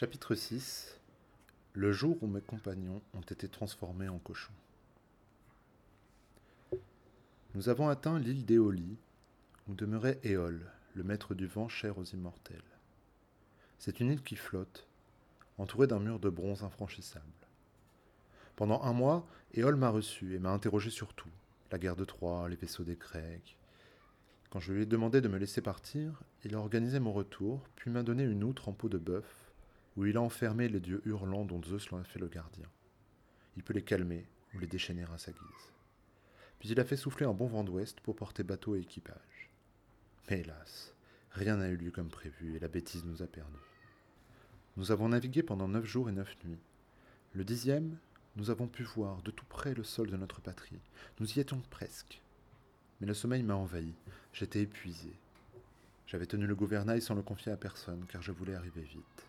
Chapitre 6. Le jour où mes compagnons ont été transformés en cochons. Nous avons atteint l'île d'Éolie, où demeurait Éole, le maître du vent cher aux immortels. C'est une île qui flotte, entourée d'un mur de bronze infranchissable. Pendant un mois, Éole m'a reçu et m'a interrogé sur tout, la guerre de Troie, les vaisseaux des Grecs. Quand je lui ai demandé de me laisser partir, il a organisé mon retour, puis m'a donné une outre en peau de bœuf, où il a enfermé les dieux hurlants dont Zeus l'en a fait le gardien. Il peut les calmer ou les déchaîner à sa guise. Puis il a fait souffler un bon vent d'ouest pour porter bateau et équipage. Mais hélas, rien n'a eu lieu comme prévu et la bêtise nous a perdus. Nous avons navigué pendant 9 jours et 9 nuits. Le 10e, nous avons pu voir de tout près le sol de notre patrie. Nous y étions presque. Mais le sommeil m'a envahi. J'étais épuisé. J'avais tenu le gouvernail sans le confier à personne, car je voulais arriver vite.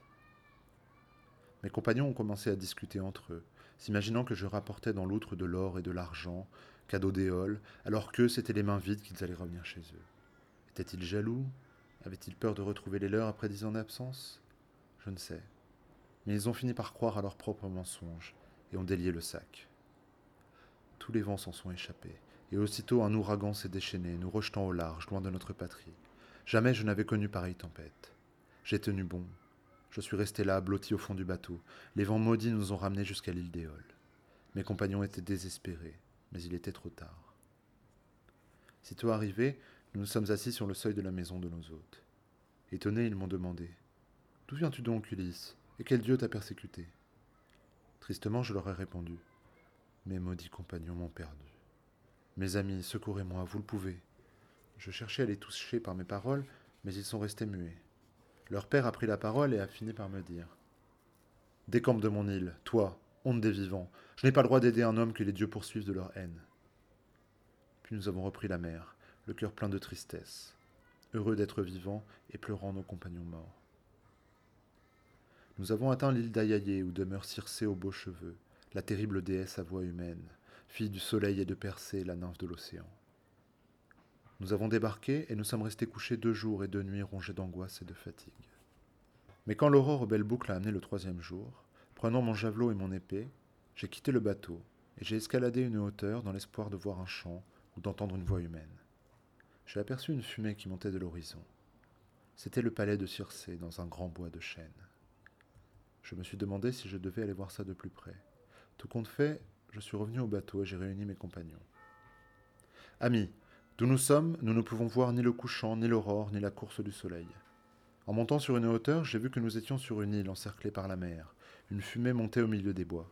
Mes compagnons ont commencé à discuter entre eux, s'imaginant que je rapportais dans l'outre de l'or et de l'argent, cadeaux d'Éole, alors qu'eux, c'étaient les mains vides qu'ils allaient revenir chez eux. Étaient-ils jaloux? Avaient-ils peur de retrouver les leurs après 10 ans d'absence? Je ne sais. Mais ils ont fini par croire à leurs propres mensonges et ont délié le sac. Tous les vents s'en sont échappés, et aussitôt un ouragan s'est déchaîné, nous rejetant au large, loin de notre patrie. Jamais je n'avais connu pareille tempête. J'ai tenu bon. Je suis resté là, blotti au fond du bateau. Les vents maudits nous ont ramenés jusqu'à l'île d'Éole. Mes compagnons étaient désespérés, mais il était trop tard. Sitôt arrivés, nous nous sommes assis sur le seuil de la maison de nos hôtes. Étonnés, ils m'ont demandé: « D'où viens-tu donc, Ulysse, et quel dieu t'a persécuté ?» Tristement, je leur ai répondu: « Mes maudits compagnons m'ont perdu. Mes amis, secourez-moi, vous le pouvez. » Je cherchais à les toucher par mes paroles, mais ils sont restés muets. Leur père a pris la parole et a fini par me dire: « Décampe de mon île, toi, honte des vivants. Je n'ai pas le droit d'aider un homme que les dieux poursuivent de leur haine. » Puis nous avons repris la mer, le cœur plein de tristesse, heureux d'être vivants et pleurant nos compagnons morts. Nous avons atteint l'île d'Aiaïé où demeure Circé aux beaux cheveux, la terrible déesse à voix humaine, fille du soleil et de Persée, la nymphe de l'océan. Nous avons débarqué et nous sommes restés couchés 2 jours et 2 nuits rongés d'angoisse et de fatigue. Mais quand l'aurore aux belles boucles a amené le 3e jour, prenant mon javelot et mon épée, j'ai quitté le bateau et j'ai escaladé une hauteur dans l'espoir de voir un champ ou d'entendre une voix humaine. J'ai aperçu une fumée qui montait de l'horizon. C'était le palais de Circé dans un grand bois de chênes. Je me suis demandé si je devais aller voir ça de plus près. Tout compte fait, je suis revenu au bateau et j'ai réuni mes compagnons. « Amis, d'où nous sommes, nous ne pouvons voir ni le couchant, ni l'aurore, ni la course du soleil. En montant sur une hauteur, j'ai vu que nous étions sur une île encerclée par la mer. Une fumée montait au milieu des bois. »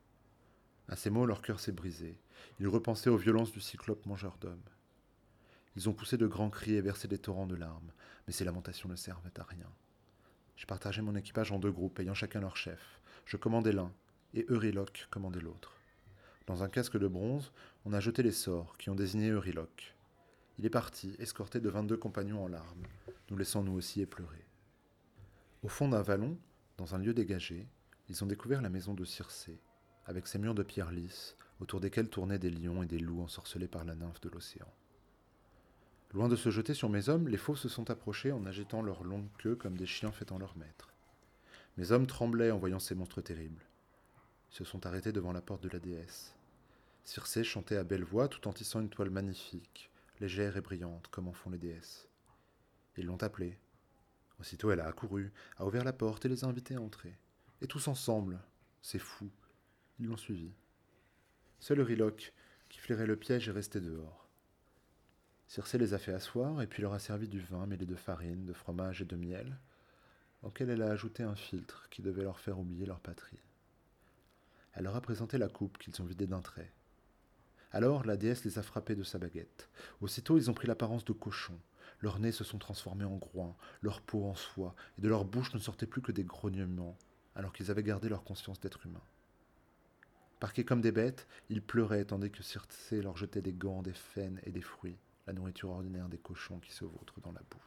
À ces mots, leur cœur s'est brisé. Ils repensaient aux violences du cyclope mangeur d'hommes. Ils ont poussé de grands cris et versé des torrents de larmes, mais ces lamentations ne servaient à rien. J'ai partagé mon équipage en 2 groupes, ayant chacun leur chef. Je commandais l'un, et Euryloque commandait l'autre. Dans un casque de bronze, on a jeté les sorts qui ont désigné Euryloque. Il est parti, escorté de 22 compagnons en larmes, nous laissant nous aussi épleurer. Au fond d'un vallon, dans un lieu dégagé, ils ont découvert la maison de Circé, avec ses murs de pierre lisse, autour desquels tournaient des lions et des loups ensorcelés par la nymphe de l'océan. Loin de se jeter sur mes hommes, les fauves se sont approchés en agitant leurs longues queues comme des chiens fêtant leur maître. Mes hommes tremblaient en voyant ces monstres terribles. Ils se sont arrêtés devant la porte de la déesse. Circé chantait à belle voix tout en tissant une toile magnifique, légère et brillante, comme en font les déesses. Ils l'ont appelée. Aussitôt elle a accouru, a ouvert la porte et les a invités à entrer. Et tous ensemble, c'est fou, ils l'ont suivi. Seul Euryloque, qui flairait le piège, est resté dehors. Circé les a fait asseoir et puis leur a servi du vin mêlé de farine, de fromage et de miel, auquel elle a ajouté un filtre qui devait leur faire oublier leur patrie. Elle leur a présenté la coupe qu'ils ont vidée d'un trait. Alors la déesse les a frappés de sa baguette. Aussitôt ils ont pris l'apparence de cochons. Leurs nez se sont transformés en groins, leur peau en soie, et de leur bouche ne sortaient plus que des grognements, alors qu'ils avaient gardé leur conscience d'être humains. Parqués comme des bêtes, ils pleuraient tandis que Circé leur jetait des gants, des faînes et des fruits, la nourriture ordinaire des cochons qui se vautrent dans la boue.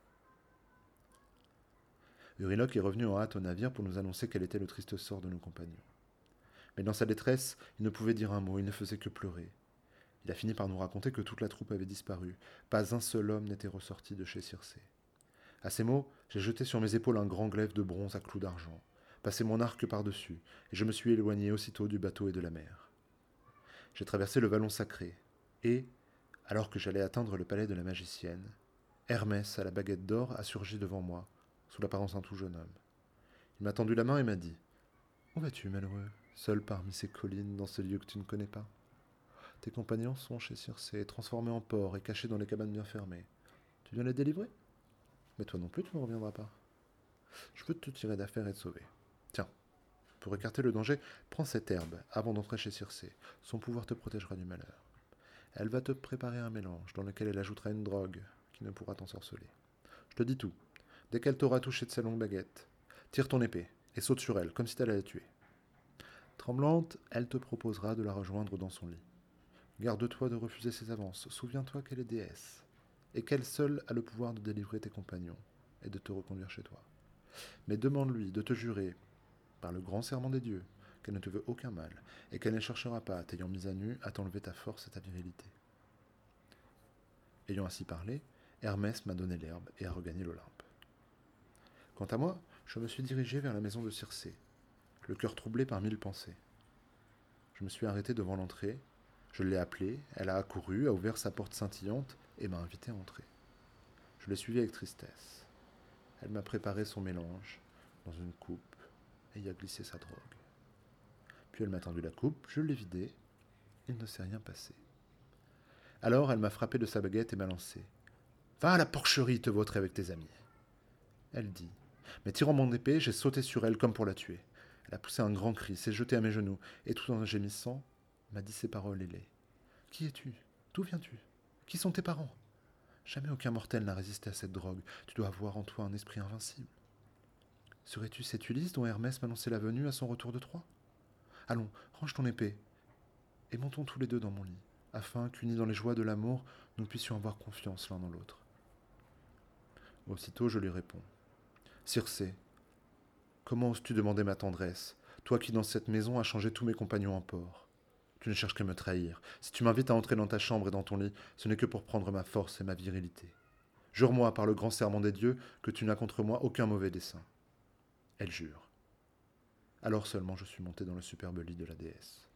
Euryloque est revenu en hâte au navire pour nous annoncer quel était le triste sort de nos compagnons. Mais dans sa détresse, il ne pouvait dire un mot, il ne faisait que pleurer. Il a fini par nous raconter que toute la troupe avait disparu. Pas un seul homme n'était ressorti de chez Circé. À ces mots, j'ai jeté sur mes épaules un grand glaive de bronze à clous d'argent. passé mon arc par-dessus, et je me suis éloigné aussitôt du bateau et de la mer. J'ai traversé le vallon sacré, et, alors que j'allais atteindre le palais de la magicienne, Hermès, à la baguette d'or, a surgi devant moi, sous l'apparence d'un tout jeune homme. Il m'a tendu la main et m'a dit « Où vas-tu, malheureux, seul parmi ces collines, dans ce lieu que tu ne connais pas? Tes compagnons sont chez Circé, transformés en porcs et cachés dans les cabanes bien fermées. Tu viens les délivrer? Mais toi non plus, tu ne reviendras pas. Je veux te tirer d'affaire et te sauver. Tiens, pour écarter le danger, prends cette herbe avant d'entrer chez Circé. Son pouvoir te protégera du malheur. Elle va te préparer un mélange dans lequel elle ajoutera une drogue qui ne pourra t'ensorceler. Je te dis tout. Dès qu'elle t'aura touché de sa longue baguette, tire ton épée et saute sur elle, comme si t'allais la tuer. Tremblante, elle te proposera de la rejoindre dans son lit. Garde-toi de refuser ses avances. Souviens-toi qu'elle est déesse, et qu'elle seule a le pouvoir de délivrer tes compagnons et de te reconduire chez toi. Mais demande-lui de te jurer, par le grand serment des dieux, qu'elle ne te veut aucun mal, et qu'elle ne cherchera pas, t'ayant mise à nu, à t'enlever ta force et ta virilité. Ayant ainsi parlé, Hermès m'a donné l'herbe et a regagné l'Olympe. Quant à moi, je me suis dirigé vers la maison de Circé, le cœur troublé par 1000 pensées. Je me suis arrêté devant l'entrée, je l'ai appelée, elle a accouru, a ouvert sa porte scintillante et m'a invité à entrer. Je l'ai suivie avec tristesse. Elle m'a préparé son mélange dans une coupe et y a glissé sa drogue. Puis elle m'a tendu la coupe, je l'ai vidée, il ne s'est rien passé. Alors elle m'a frappé de sa baguette et m'a lancé. Va à la porcherie te vautrer avec tes amis. Elle dit. Mais tirant mon épée, j'ai sauté sur elle comme pour la tuer. Elle a poussé un grand cri, s'est jetée à mes genoux, et tout en gémissant, m'a dit ces paroles ailées. Qui es-tu? D'où viens-tu? Qui sont tes parents? Jamais aucun mortel n'a résisté à cette drogue. Tu dois avoir en toi un esprit invincible. Serais-tu cette Ulysse dont Hermès m'annonçait la venue à son retour de Troie? Allons, range ton épée, et montons tous les deux dans mon lit, afin qu'unis dans les joies de l'amour, nous puissions avoir confiance l'un dans l'autre. Aussitôt je lui réponds. Circé, comment oses-tu demander ma tendresse, toi qui dans cette maison as changé tous mes compagnons en porcs? Tu ne cherches qu'à me trahir. Si tu m'invites à entrer dans ta chambre et dans ton lit, ce n'est que pour prendre ma force et ma virilité. Jure-moi par le grand serment des dieux que tu n'as contre moi aucun mauvais dessein. Elle jure. Alors seulement je suis monté dans le superbe lit de la déesse.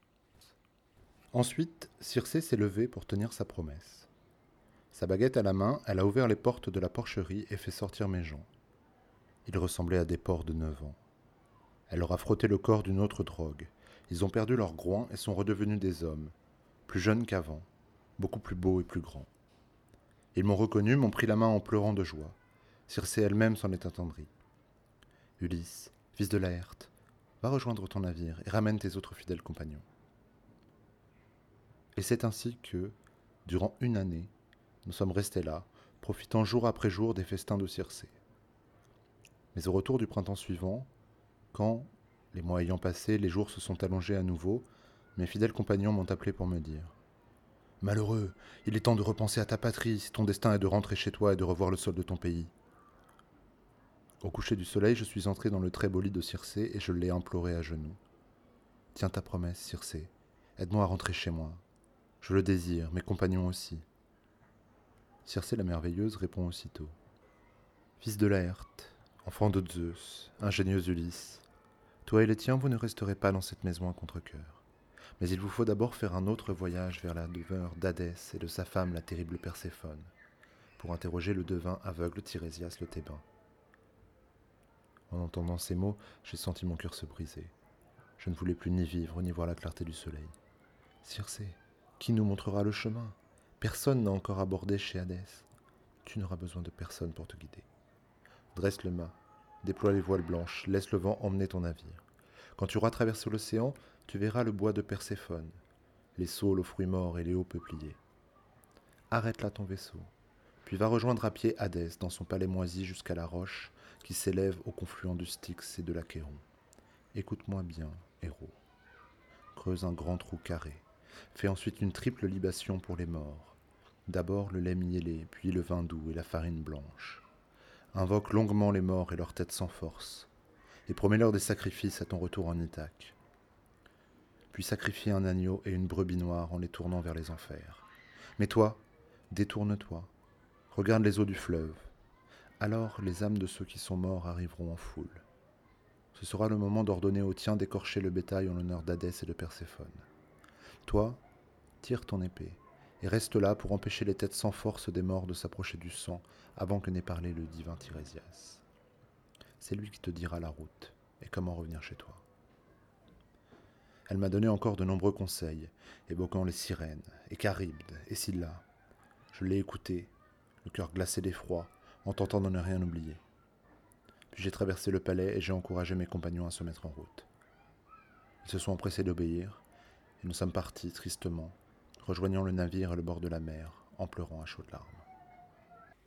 Ensuite, Circé s'est levée pour tenir sa promesse. Sa baguette à la main, elle a ouvert les portes de la porcherie et fait sortir mes gens. Ils ressemblaient à des porcs de 9 ans. Elle leur a frotté le corps d'une autre drogue. Ils ont perdu leur groin et sont redevenus des hommes, plus jeunes qu'avant, beaucoup plus beaux et plus grands. Ils m'ont reconnu, m'ont pris la main en pleurant de joie. Circé elle-même s'en est attendrie. Ulysse, fils de Laërte, va rejoindre ton navire et ramène tes autres fidèles compagnons. Et c'est ainsi que, durant 1 année, nous sommes restés là, profitant jour après jour des festins de Circé. Mais au retour du printemps suivant, quand, les mois ayant passé, les jours se sont allongés à nouveau, mes fidèles compagnons m'ont appelé pour me dire « Malheureux, il est temps de repenser à ta patrie si ton destin est de rentrer chez toi et de revoir le sol de ton pays. » Au coucher du soleil, je suis entré dans le très beau lit de Circé et je l'ai imploré à genoux. « Tiens ta promesse, Circé, aide-moi à rentrer chez moi. Je le désire, mes compagnons aussi. » Circé la merveilleuse répond aussitôt « Fils de Laërte, enfant de Zeus, ingénieux Ulysse, toi et les tiens, vous ne resterez pas dans cette maison à contre-cœur. Mais il vous faut d'abord faire un autre voyage vers la demeure d'Hadès et de sa femme, la terrible Perséphone, pour interroger le devin aveugle Tirésias le Thébain. » En entendant ces mots, j'ai senti mon cœur se briser. Je ne voulais plus ni vivre, ni voir la clarté du soleil. Circé, qui nous montrera le chemin? Personne n'a encore abordé chez Hadès. Tu n'auras besoin de personne pour te guider. Dresse le mât, déploie les voiles blanches, laisse le vent emmener ton navire. Quand tu auras traversé l'océan, tu verras le bois de Perséphone, les saules aux fruits morts et les hauts peupliers. Arrête là ton vaisseau, puis va rejoindre à pied Hadès dans son palais moisi jusqu'à la roche qui s'élève au confluent du Styx et de l'Achéron. Écoute-moi bien, héros. Creuse un grand trou carré. Fais ensuite une triple libation pour les morts. D'abord le lait miellé, puis le vin doux et la farine blanche. Invoque longuement les morts et leurs têtes sans force, et promets-leur des sacrifices à ton retour en Ithaque. Puis sacrifie un agneau et une brebis noire en les tournant vers les enfers. Mais toi, détourne-toi, regarde les eaux du fleuve. Alors les âmes de ceux qui sont morts arriveront en foule. Ce sera le moment d'ordonner aux tiens d'écorcher le bétail en l'honneur d'Hadès et de Perséphone. Toi, tire ton épée, et reste là pour empêcher les têtes sans force des morts de s'approcher du sang avant que n'ait parlé le divin Tirésias. C'est lui qui te dira la route et comment revenir chez toi. Elle m'a donné encore de nombreux conseils, évoquant les sirènes, et Charybde, et Scylla. Je l'ai écouté, le cœur glacé d'effroi, en tentant de ne rien oublier. Puis j'ai traversé le palais et j'ai encouragé mes compagnons à se mettre en route. Ils se sont empressés d'obéir, et nous sommes partis tristement, rejoignant le navire et le bord de la mer, en pleurant à chaudes larmes.